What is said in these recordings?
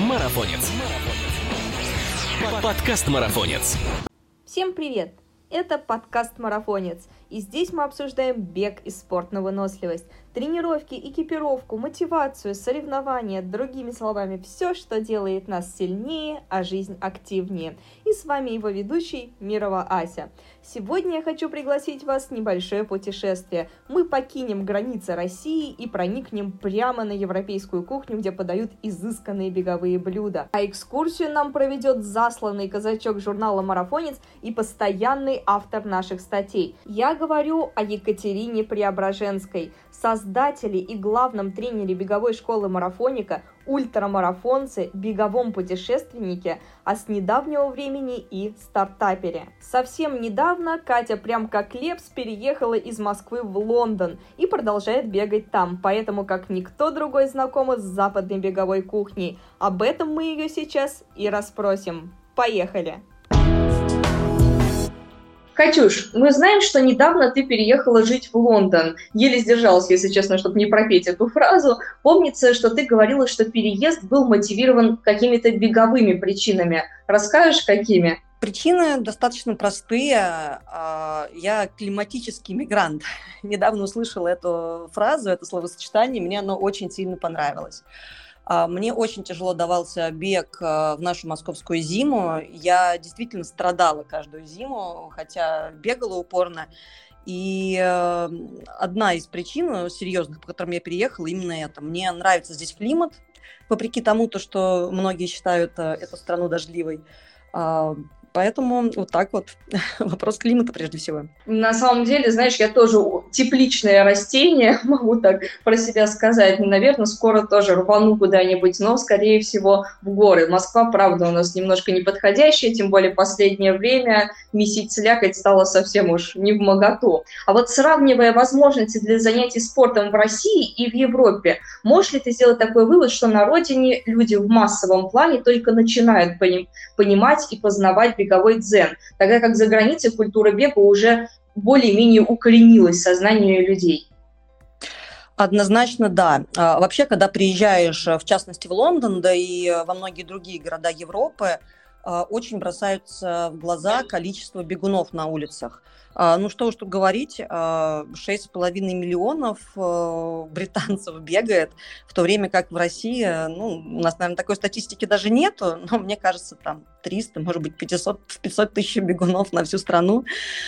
Марафонец. Подкаст «Марафонец». Всем привет! Это подкаст «Марафонец», и здесь мы обсуждаем бег и спорт на выносливость, тренировки, экипировку, мотивацию, соревнования, другими словами, все, что делает нас сильнее, а жизнь активнее. И с вами его ведущий Мирова Ася. Сегодня я хочу пригласить вас в небольшое путешествие. Мы покинем границы России и проникнем прямо на европейскую кухню, где подают изысканные беговые блюда. А экскурсию нам проведет засланный казачок журнала «Марафонец» и постоянный автор наших статей. Я говорю о Екатерине Преображенской, создателе и главном тренере беговой школы марафоника, ультрамарафонце, беговом путешественнике, а с недавнего времени и стартапере. Совсем недавно Катя прям как Лепс переехала из Москвы в Лондон и продолжает бегать там, поэтому как никто другой знакома с западной беговой кухней. Об этом мы ее сейчас и расспросим. Поехали! Катюш, мы знаем, что недавно ты переехала жить в Лондон. Еле сдержалась, если честно, чтобы не пропеть эту фразу. Помнится, что ты говорила, что переезд был мотивирован какими-то беговыми причинами. Расскажешь, какими? Причины достаточно простые. Я климатический мигрант. Недавно услышала эту фразу, это словосочетание, мне оно очень сильно понравилось. Мне очень тяжело давался бег в нашу московскую зиму. Я действительно страдала каждую зиму, хотя бегала упорно. И одна из причин серьезных, по которым я переехала, именно это. Мне нравится здесь климат, вопреки тому, что многие считают эту страну дождливой. Поэтому вот так вот. Вопрос климата прежде всего. На самом деле, знаешь, я тоже тепличное растение, могу так про себя сказать. Наверное, скоро тоже рвану куда-нибудь, но, скорее всего, в горы. Москва, правда, у нас немножко неподходящая, тем более в последнее время месить слякоть стало совсем уж невмоготу. А вот сравнивая возможности для занятий спортом в России и в Европе, можешь ли ты сделать такой вывод, что на родине люди в массовом плане только начинают понимать и познавать беговой дзен, тогда как за границей культура бега уже более-менее укоренилась в сознании людей? Однозначно, да. Вообще, когда приезжаешь, в частности, в Лондон, да и во многие другие города Европы, очень бросаются в глаза количество бегунов на улицах. Ну что уж тут говорить, 6,5 миллионов британцев бегает, в то время как в России, у нас, наверное, такой статистики даже нету, но мне кажется, там 300, может быть, 500 тысяч бегунов на всю страну.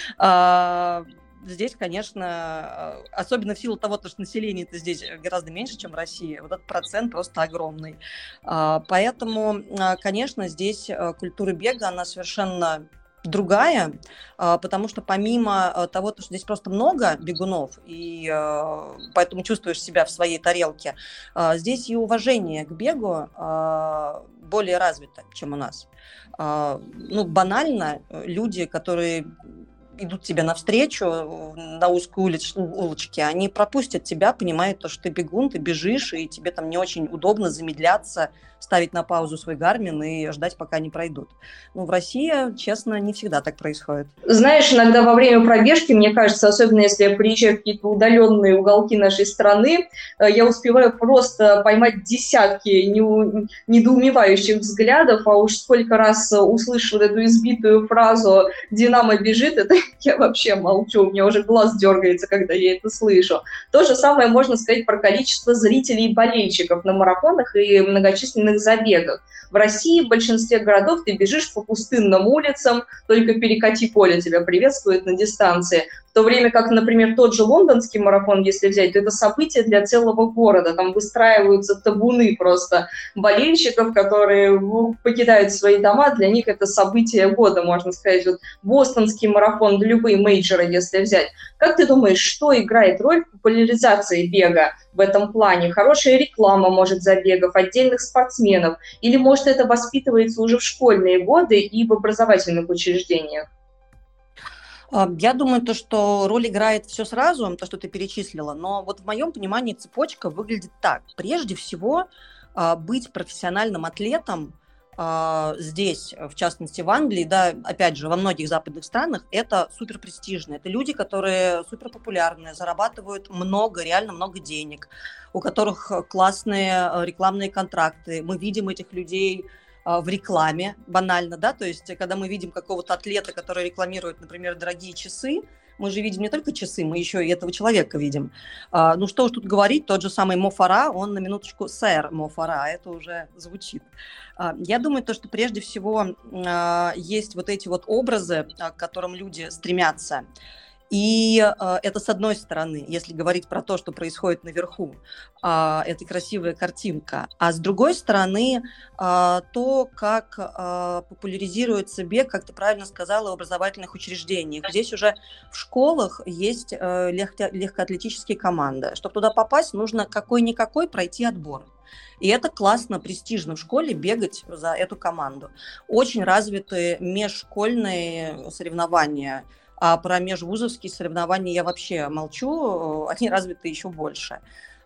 Здесь, конечно, особенно в силу того, что население-то здесь гораздо меньше, чем в России, вот этот процент просто огромный. Поэтому, конечно, здесь культура бега, она совершенно другая, потому что помимо того, что здесь просто много бегунов, и поэтому чувствуешь себя в своей тарелке, здесь и уважение к бегу более развито, чем у нас. Банально, люди, которые идут тебе навстречу на узкой улочке, они пропустят тебя, понимают, что ты бегун, ты бежишь, и тебе там не очень удобно замедляться, ставить на паузу свой гармин и ждать, пока они пройдут. В России, честно, не всегда так происходит. Знаешь, иногда во время пробежки, мне кажется, особенно если я приезжаю в какие-то удаленные уголки нашей страны, я успеваю просто поймать десятки недоумевающих взглядов, а уж сколько раз услышала эту избитую фразу «Динамо бежит», это я вообще молчу, у меня уже глаз дергается, когда я это слышу. То же самое можно сказать про количество зрителей и болельщиков на марафонах и многочисленных забегах. В России в большинстве городов ты бежишь по пустынным улицам, только перекати поле тебя приветствует на дистанции. В то время как, например, тот же лондонский марафон, если взять, то это событие для целого города. Там выстраиваются табуны просто болельщиков, которые покидают свои дома. Для них это событие года, можно сказать. Вот бостонский марафон, да любые мейджоры, если взять. Как ты думаешь, что играет роль в популяризации бега в этом плане? Хорошая реклама, может, забегов, отдельных спортсменов? Или, может, это воспитывается уже в школьные годы и в образовательных учреждениях? Я думаю, что роль играет все сразу, то, что ты перечислила, но вот в моем понимании цепочка выглядит так. Прежде всего, быть профессиональным атлетом здесь, в частности в Англии, да, опять же, во многих западных странах, это супер престижно. Это люди, которые супер популярны, зарабатывают много, реально много денег, у которых классные рекламные контракты. Мы видим этих людей в рекламе, банально, да, то есть когда мы видим какого-то атлета, который рекламирует, например, дорогие часы, мы же видим не только часы, мы еще и этого человека видим. Ну что уж тут говорить, тот же самый Мо Фарah, он на минуточку сэр Мо Фарah, это уже звучит. Я думаю, то, что прежде всего есть вот эти вот образы, к которым люди стремятся. И это с одной стороны, если говорить про то, что происходит наверху, это красивая картинка. А с другой стороны, то, как популяризируется бег, как ты правильно сказала, в образовательных учреждениях. Здесь уже в школах есть легкоатлетические команды. Чтобы туда попасть, нужно какой-никакой пройти отбор. И это классно, престижно в школе бегать за эту команду. Очень развиты межшкольные соревнования. А про межвузовские соревнования я вообще молчу, они развиты еще больше.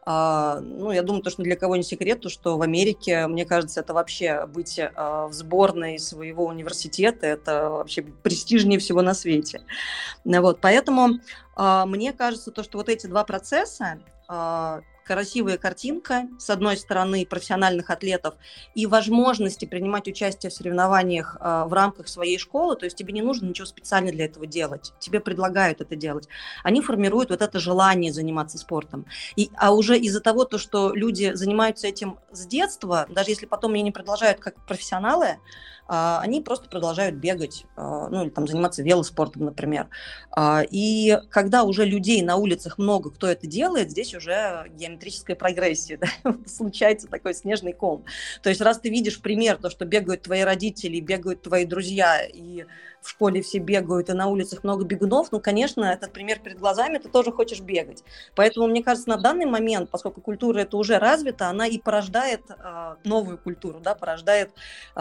Ну, я думаю, что ни для кого не секрет, что в Америке, мне кажется, это вообще быть в сборной своего университета, это вообще престижнее всего на свете. Вот, поэтому мне кажется, что вот эти два процесса, красивая картинка, с одной стороны, профессиональных атлетов и возможности принимать участие в соревнованиях в рамках своей школы, то есть тебе не нужно ничего специально для этого делать, тебе предлагают это делать. Они формируют вот это желание заниматься спортом. А уже из-за того, что люди занимаются этим с детства, даже если потом они не продолжают как профессионалы, они просто продолжают бегать, ну, или там заниматься велоспортом, например. И когда уже людей на улицах много, кто это делает, здесь уже геометрическая прогрессия, да? Случается такой снежный ком. То есть раз ты видишь пример, то, что бегают твои родители, бегают твои друзья, и в школе все бегают, и на улицах много бегунов, ну, конечно, этот пример перед глазами, ты тоже хочешь бегать. Поэтому, мне кажется, на данный момент, поскольку культура это уже развита, она и порождает новую культуру, да, порождает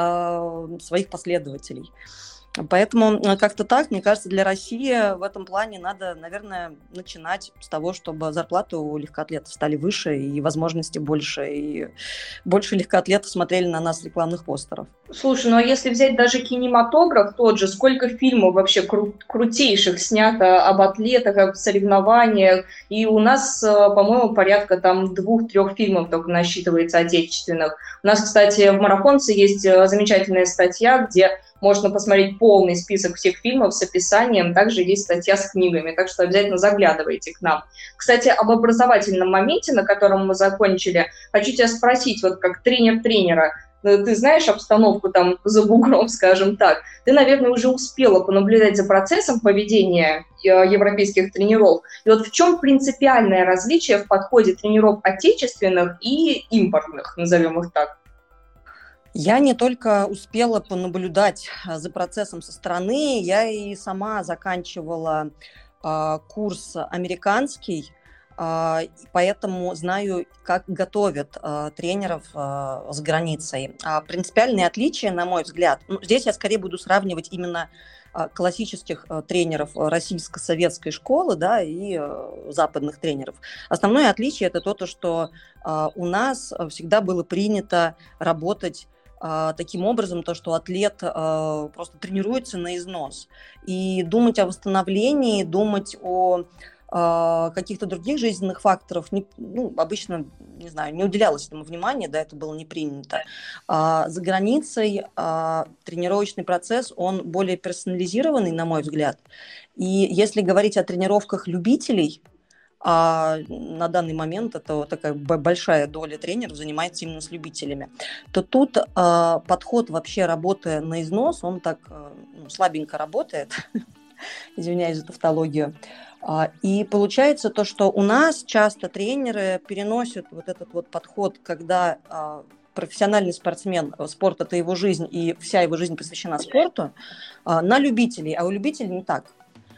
своих последователей. Поэтому как-то так, мне кажется, для России в этом плане надо, наверное, начинать с того, чтобы зарплаты у легкоатлетов стали выше и возможности больше, и больше легкоатлетов смотрели на нас с рекламных постеров. Слушай, ну а если взять даже кинематограф тот же, сколько фильмов вообще крутейших снято об атлетах, об соревнованиях, и у нас, по-моему, порядка там 2-3 фильмов только насчитывается отечественных. У нас, кстати, в «Марафонце» есть замечательная статья, где можно посмотреть полный список всех фильмов с описанием, также есть статья с книгами, так что обязательно заглядывайте к нам. Кстати, об образовательном моменте, на котором мы закончили, хочу тебя спросить, вот как тренер тренера, ты знаешь обстановку там за бугром, скажем так, ты, наверное, уже успела понаблюдать за процессом поведения европейских тренеров. И вот в чем принципиальное различие в подходе тренеров отечественных и импортных, назовем их так? Я не только успела понаблюдать за процессом со стороны, я и сама заканчивала курс американский, поэтому знаю, как готовят тренеров с границей. Принципиальные отличия, на мой взгляд, здесь я скорее буду сравнивать именно классических тренеров российско-советской школы, да, и западных тренеров. Основное отличие – это то, что у нас всегда было принято работать таким образом, то, что атлет просто тренируется на износ. И думать о восстановлении, думать о каких-то других жизненных факторов обычно, не знаю, не уделялось этому внимания, да, это было не принято. За границей тренировочный процесс, он более персонализированный, на мой взгляд. И если говорить о тренировках любителей, на данный момент это такая большая доля тренеров занимается именно с любителями, то тут подход вообще работы на износ, он так слабенько работает, извиняюсь за тавтологию. И получается то, что у нас часто тренеры переносят вот этот вот подход, когда профессиональный спортсмен, спорт – это его жизнь, и вся его жизнь посвящена спорту, на любителей, а у любителей не так.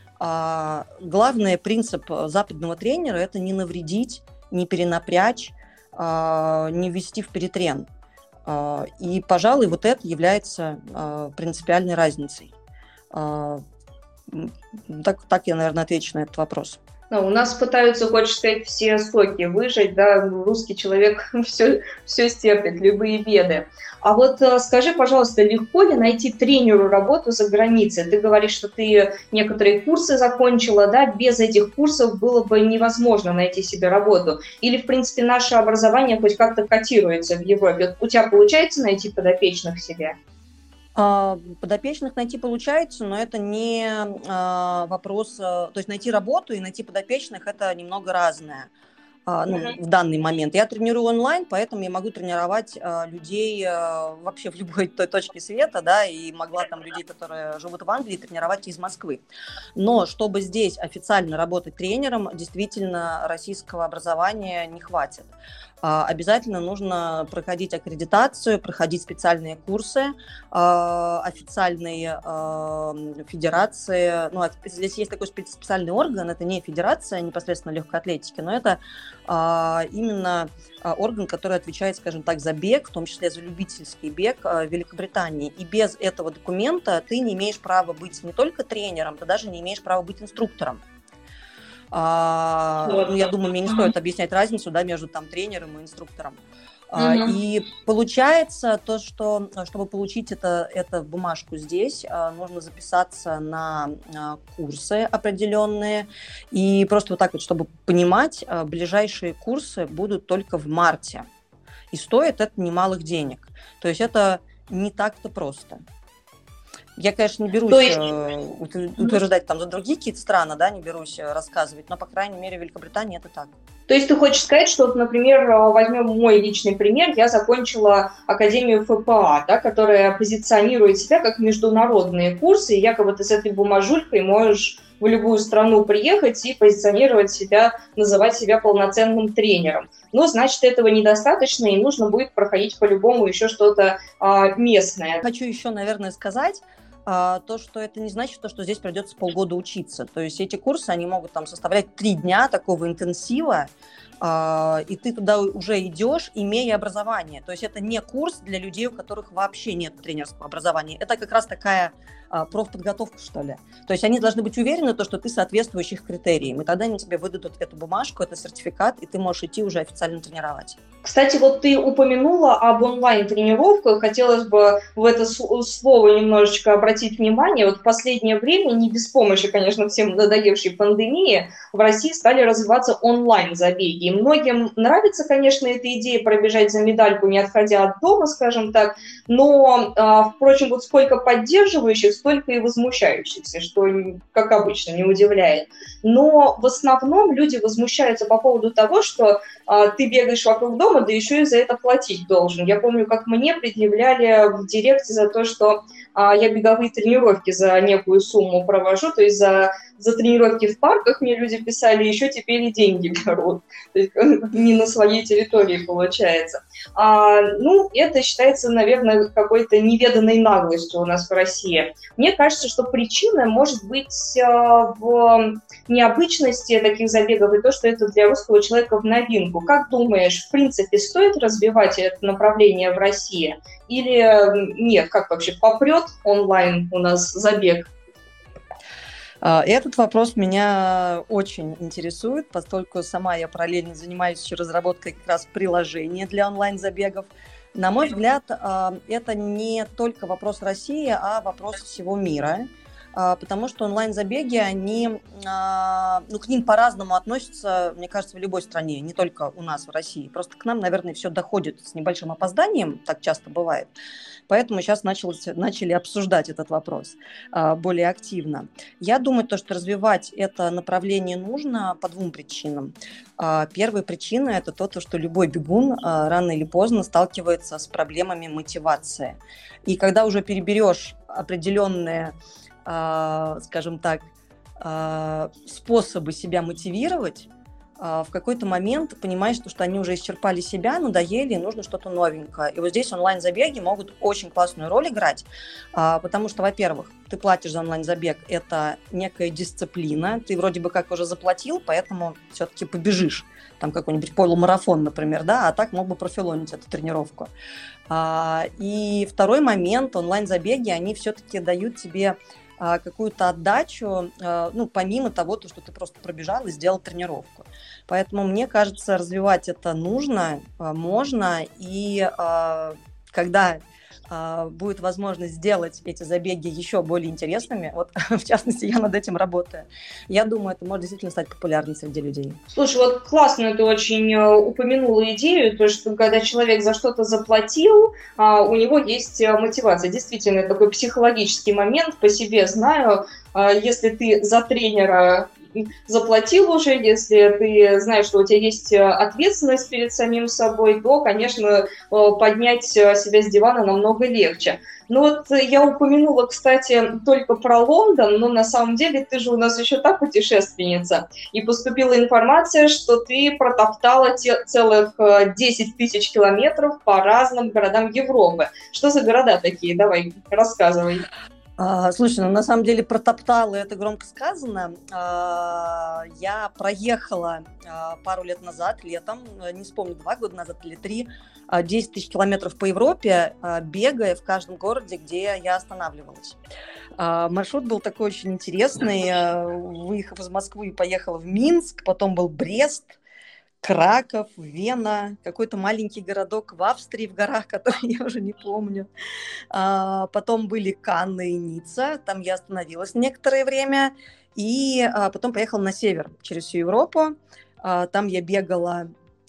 Главный принцип западного тренера – это не навредить, не перенапрячь, не ввести в перетрен. И, пожалуй, вот это является принципиальной разницей. Так я, наверное, отвечу на этот вопрос. Ну, у нас пытаются, хочешь сказать, все соки выжать, да, русский человек все стерпит, любые беды. А вот скажи, пожалуйста, легко ли найти тренеру работу за границей? Ты говоришь, что ты некоторые курсы закончила, да, без этих курсов было бы невозможно найти себе работу. Или, в принципе, наше образование хоть как-то котируется в Европе? У тебя получается найти подопечных себе? Подопечных найти получается, но это не вопрос, то есть найти работу и найти подопечных – это немного разное. В данный момент. Я тренирую онлайн, поэтому я могу тренировать людей вообще в любой той точке света, да, и могла там людей, которые живут в Англии, тренировать из Москвы. Но чтобы здесь официально работать тренером, действительно российского образования не хватит. Обязательно нужно проходить аккредитацию, проходить специальные курсы официальной федерации. Ну, здесь есть такой специальный орган, это не федерация непосредственно легкой атлетики, но это именно орган, который отвечает, скажем так, за бег, в том числе за любительский бег в Великобритании. И без этого документа ты не имеешь права быть не только тренером, ты даже не имеешь права быть инструктором. Я думаю, мне не стоит объяснять разницу, да, между там тренером и инструктором. И получается то, что чтобы получить эту бумажку здесь, нужно записаться на курсы определенные. И просто вот так вот, чтобы понимать, ближайшие курсы будут только в марте. И стоит это немалых денег. То есть это не так-то просто. Я, конечно, не берусь утверждать там за другие какие-то страны, да, не берусь рассказывать, но, по крайней мере, в Великобритании это так. То есть ты хочешь сказать, что, вот, например, возьмем мой личный пример, я закончила Академию ФПА, да, которая позиционирует себя как международные курсы, и якобы ты с этой бумажулькой можешь в любую страну приехать и позиционировать себя, называть себя полноценным тренером. Но, значит, этого недостаточно, и нужно будет проходить по-любому еще что-то местное. Хочу еще, наверное, сказать, то, что это не значит, что здесь придется полгода учиться. То есть эти курсы, они могут там составлять 3 дня такого интенсива, и ты туда уже идешь, имея образование. То есть это не курс для людей, у которых вообще нет тренерского образования. Это как раз такая профподготовка, что ли. То есть они должны быть уверены, что ты соответствуешь их критериям. И тогда они тебе выдадут эту бумажку, этот сертификат, и ты можешь идти уже официально тренировать. Кстати, вот ты упомянула об онлайн-тренировках. Хотелось бы в это слово немножечко обратить внимание. Вот в последнее время, не без помощи, конечно, всем надоевшей пандемии, в России стали развиваться онлайн-забеги. И многим нравится, конечно, эта идея пробежать за медальку, не отходя от дома, скажем так. Но, впрочем, вот сколько поддерживающих, столько и возмущающихся, что, как обычно, не удивляет. Но в основном люди возмущаются по поводу того, что ты бегаешь вокруг дома, да еще и за это платить должен. Я помню, как мне предъявляли в директе за то, что я беговые тренировки за некую сумму провожу, то есть за тренировки в парках мне люди писали, еще теперь и деньги берут. То есть не на своей территории получается. Это считается, наверное, какой-то неведанной наглостью у нас в России. Мне кажется, что причина может быть в необычности таких забегов и то, что это для русского человека в новинку. Как думаешь, в принципе, стоит развивать это направление в России? Или нет, как вообще, попрет онлайн у нас забег? Этот вопрос меня очень интересует, поскольку сама я параллельно занимаюсь еще разработкой как раз приложения для онлайн-забегов. На мой взгляд, это не только вопрос России, а вопрос всего мира, потому что онлайн-забеги, они, к ним по-разному относятся, мне кажется, в любой стране, не только у нас в России. Просто к нам, наверное, все доходит с небольшим опозданием, так часто бывает. Поэтому сейчас начали обсуждать этот вопрос более активно. Я думаю, что развивать это направление нужно по 2 причинам. Первая причина – это то, что любой бегун рано или поздно сталкивается с проблемами мотивации. И когда уже переберешь определенные, скажем так, способы себя мотивировать, в какой-то момент понимаешь, что они уже исчерпали себя, надоели, и нужно что-то новенькое. И вот здесь онлайн-забеги могут очень классную роль играть, потому что, во-первых, ты платишь за онлайн-забег, это некая дисциплина, ты вроде бы как уже заплатил, поэтому все-таки побежишь, там какой-нибудь полумарафон, например, да, а так мог бы профилонить эту тренировку. И второй момент, онлайн-забеги, они все-таки дают тебе какую-то отдачу, ну, помимо того, что ты просто пробежал и сделал тренировку. Поэтому, мне кажется, развивать это нужно, можно, и когда будет возможность сделать эти забеги еще более интересными, вот в частности я над этим работаю, я думаю, это может действительно стать популярным среди людей. Слушай, вот классно ты очень упомянула идею, то, что когда человек за что-то заплатил, у него есть мотивация. Действительно, такой психологический момент, по себе знаю, если ты за тренера заплатил уже, если ты знаешь, что у тебя есть ответственность перед самим собой, то, конечно, поднять себя с дивана намного легче. Ну вот я упомянула, кстати, только про Лондон, но на самом деле ты же у нас еще та путешественница. И поступила информация, что ты протоптала целых 10 тысяч километров по разным городам Европы. Что за города такие? Давай, рассказывай. Слушай, ну на самом деле протоптала, это громко сказано. Я проехала пару лет назад, летом, не вспомню, 2 года назад или 3, 10 тысяч километров по Европе, бегая в каждом городе, где я останавливалась. Маршрут был такой очень интересный. Выехав из Москвы, поехала в Минск, потом был Брест, Краков, Вена, какой-то маленький городок в Австрии в горах, который я уже не помню. Потом были Канны и Ницца, там я остановилась некоторое время, и потом поехала на север через всю Европу. Там я бегала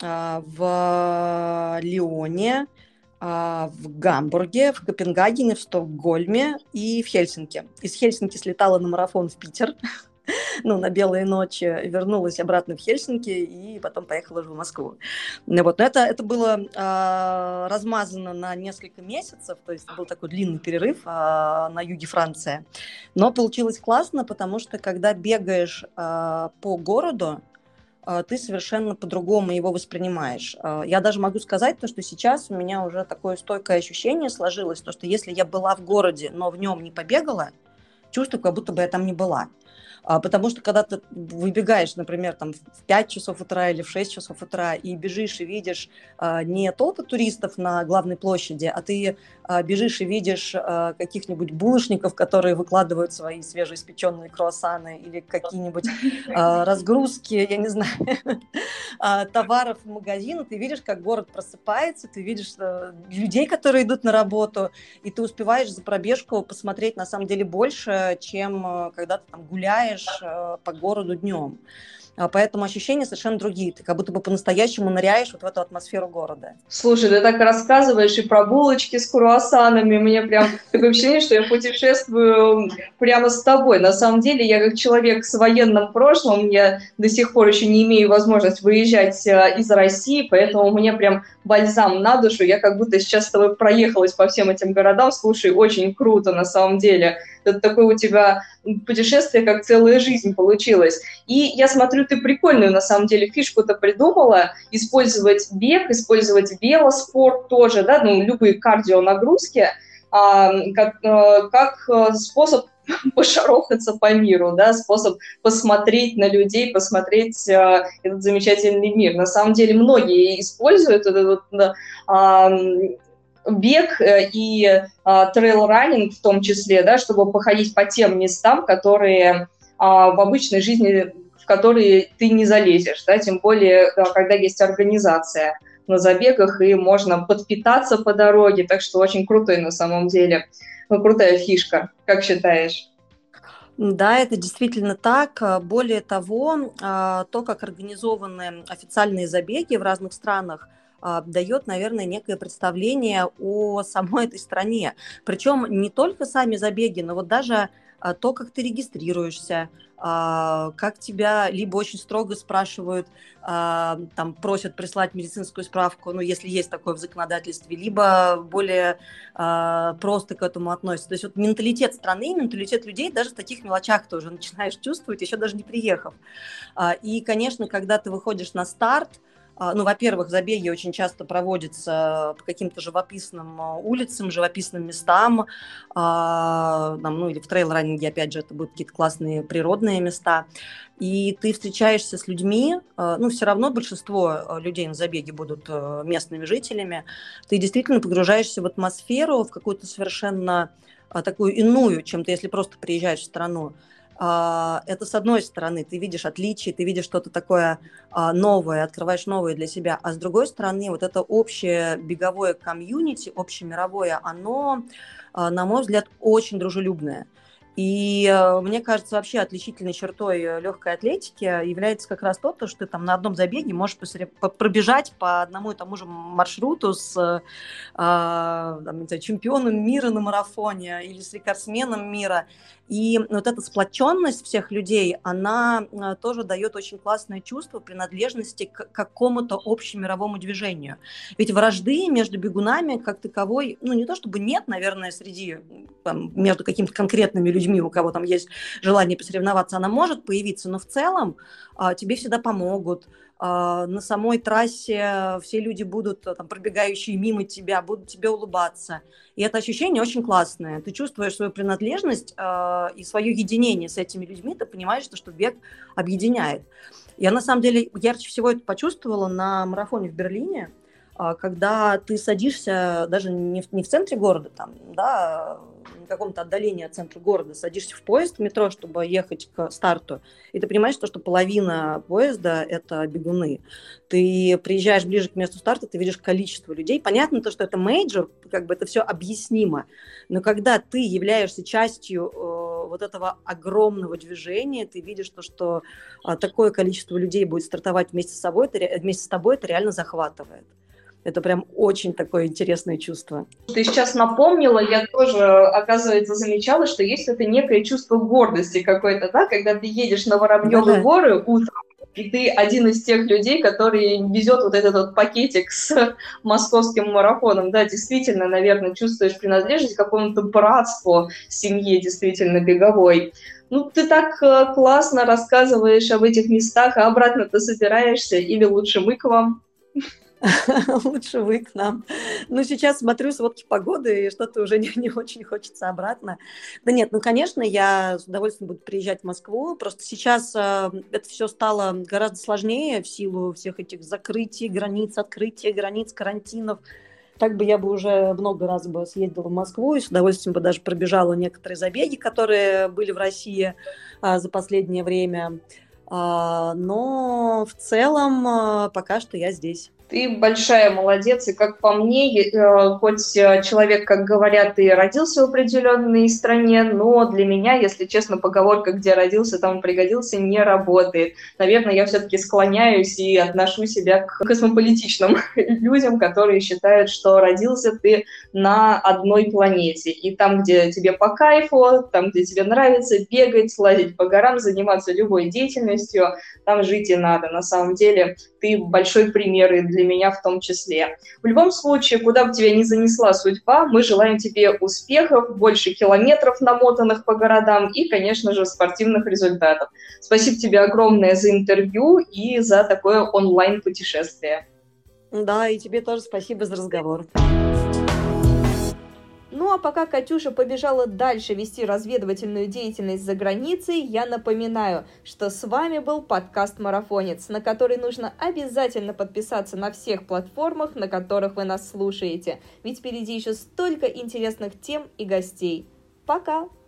в Лионе, в Гамбурге, в Копенгагене, в Стокгольме и в Хельсинки. Из Хельсинки слетала на марафон в Питер, ну, на белые ночи, вернулась обратно в Хельсинки и потом поехала уже в Москву. Вот. Но это было размазано на несколько месяцев, то есть был такой длинный перерыв на юге Франции. Но получилось классно, потому что когда бегаешь по городу, ты совершенно по-другому его воспринимаешь. Я даже могу сказать, то, что сейчас у меня уже такое стойкое ощущение сложилось, то, что если я была в городе, но в нем не побегала, чувствую, как будто бы я там не была. Потому что когда ты выбегаешь, например, там, в 5 часов утра или в 6 часов утра и бежишь и видишь не толпы туристов на главной площади, а ты бежишь и видишь каких-нибудь булочников, которые выкладывают свои свежеиспеченные круассаны или какие-нибудь разгрузки, я не знаю, товаров в магазин, ты видишь, как город просыпается, ты видишь людей, которые идут на работу, и ты успеваешь за пробежку посмотреть на самом деле больше, чем когда ты там гуляешь по городу днем. Поэтому ощущения совершенно другие. Ты как будто бы по-настоящему ныряешь вот в эту атмосферу города. Слушай, ты так рассказываешь и про булочки с круассанами. Мне прям такое ощущение, что я путешествую прямо с тобой. На самом деле, я как человек с военным прошлым, я до сих пор еще не имею возможности выезжать из России, поэтому мне прям бальзам на душу. Я как будто сейчас с тобой проехалась по всем этим городам. Слушай, очень круто на самом деле. Это такое у тебя путешествие, как целая жизнь получилась. И я смотрю, ты прикольную на самом деле фишку-то придумала. Использовать бег, использовать велоспорт тоже, да, ну, любые кардионагрузки, как способ пошарохаться по миру, да, способ посмотреть на людей, посмотреть этот замечательный мир. На самом деле многие используют этот бег и трейл-раннинг в том числе, да, чтобы походить по тем местам, которые в обычной жизни, в которые ты не залезешь, да, тем более, когда есть организация на забегах, и можно подпитаться по дороге, так что очень крутой на самом деле, ну, крутая фишка, как считаешь? Да, это действительно так. Более того, то, как организованы официальные забеги в разных странах, дает, наверное, некое представление о самой этой стране. Причем не только сами забеги, но вот даже то, как ты регистрируешься, как тебя либо очень строго спрашивают, там просят прислать медицинскую справку, ну, если есть такое в законодательстве, либо более просто к этому относятся. То есть вот менталитет страны, менталитет людей даже в таких мелочах ты уже начинаешь чувствовать, еще даже не приехав. И, конечно, когда ты выходишь на старт, ну, во-первых, забеги очень часто проводятся по каким-то живописным улицам, живописным местам, ну, или в трейл-раннинге, опять же, это будут какие-то классные природные места, и ты встречаешься с людьми, ну, все равно большинство людей на забеге будут местными жителями, ты действительно погружаешься в атмосферу, в какую-то совершенно такую иную, чем ты, если просто приезжаешь в страну. Это с одной стороны, ты видишь отличия, ты видишь что-то такое новое, открываешь новое для себя, а с другой стороны, вот это общее беговое комьюнити, общемировое, оно, на мой взгляд, очень дружелюбное. И мне кажется, вообще отличительной чертой легкой атлетики является как раз то, что ты там на одном забеге можешь пробежать по одному и тому же маршруту с там, не знаю, чемпионом мира на марафоне или с рекордсменом мира. И вот эта сплоченность всех людей, она тоже дает очень классное чувство принадлежности к какому-то общемировому движению. Ведь вражды между бегунами как таковой, ну не то чтобы нет, наверное, среди, там, между какими-то конкретными людьми, у кого там есть желание посоревноваться, она может появиться, но в целом тебе всегда помогут. На самой трассе все люди будут, там, пробегающие мимо тебя, будут тебе улыбаться. И это ощущение очень классное. Ты чувствуешь свою принадлежность и свое единение с этими людьми, ты понимаешь, что бег объединяет. Я, на самом деле, ярче всего это почувствовала на марафоне в Берлине, когда ты садишься даже не в центре города, там, да, на каком-то отдалении от центра города, садишься в поезд, в метро, чтобы ехать к старту, и ты понимаешь, что половина поезда – это бегуны. Ты приезжаешь ближе к месту старта, ты видишь количество людей. Понятно, то, что это мейджор, как бы это все объяснимо, но когда ты являешься частью вот этого огромного движения, ты видишь то, что такое количество людей будет стартовать вместе с тобой, это реально захватывает. Это прям очень такое интересное чувство. Ты сейчас напомнила, я тоже, оказывается, замечала, что есть это некое чувство гордости какое-то, да, когда ты едешь на Воробьевы горы утром, и ты один из тех людей, который везет вот этот вот пакетик с московским марафоном. Да, действительно, наверное, чувствуешь принадлежность к какому-то братству семье, действительно, беговой. Ну, ты так классно рассказываешь об этих местах, а обратно ты собираешься, или лучше мы к вам? Лучше вы к нам. Ну, сейчас смотрю сводки погоды, и что-то уже не очень хочется обратно. Да нет, ну, конечно, я с удовольствием буду приезжать в Москву. Просто сейчас это все стало гораздо сложнее в силу всех этих закрытий границ, открытия границ, карантинов. Так бы я бы уже много раз бы съездила в Москву и с удовольствием бы даже пробежала некоторые забеги, которые были в России за последнее время. Но в целом пока что я здесь. Ты большая молодец, и как по мне, хоть человек, как говорят, и родился в определенной стране, но для меня, если честно, поговорка «где родился, там пригодился» не работает. Наверное, я все-таки склоняюсь и отношу себя к космополитичным людям, которые считают, что родился ты на одной планете. И там, где тебе по кайфу, там, где тебе нравится бегать, лазить по горам, заниматься любой деятельностью, там жить и надо. На самом деле, ты большой пример и для меня в том числе. В любом случае, куда бы тебя ни занесла судьба, мы желаем тебе успехов, больше километров, намотанных по городам и, конечно же, спортивных результатов. Спасибо тебе огромное за интервью и за такое онлайн-путешествие. Да, и тебе тоже спасибо за разговор. Ну а пока Катюша побежала дальше вести разведывательную деятельность за границей, я напоминаю, что с вами был подкаст «Марафонец», на который нужно обязательно подписаться на всех платформах, на которых вы нас слушаете, ведь впереди еще столько интересных тем и гостей. Пока!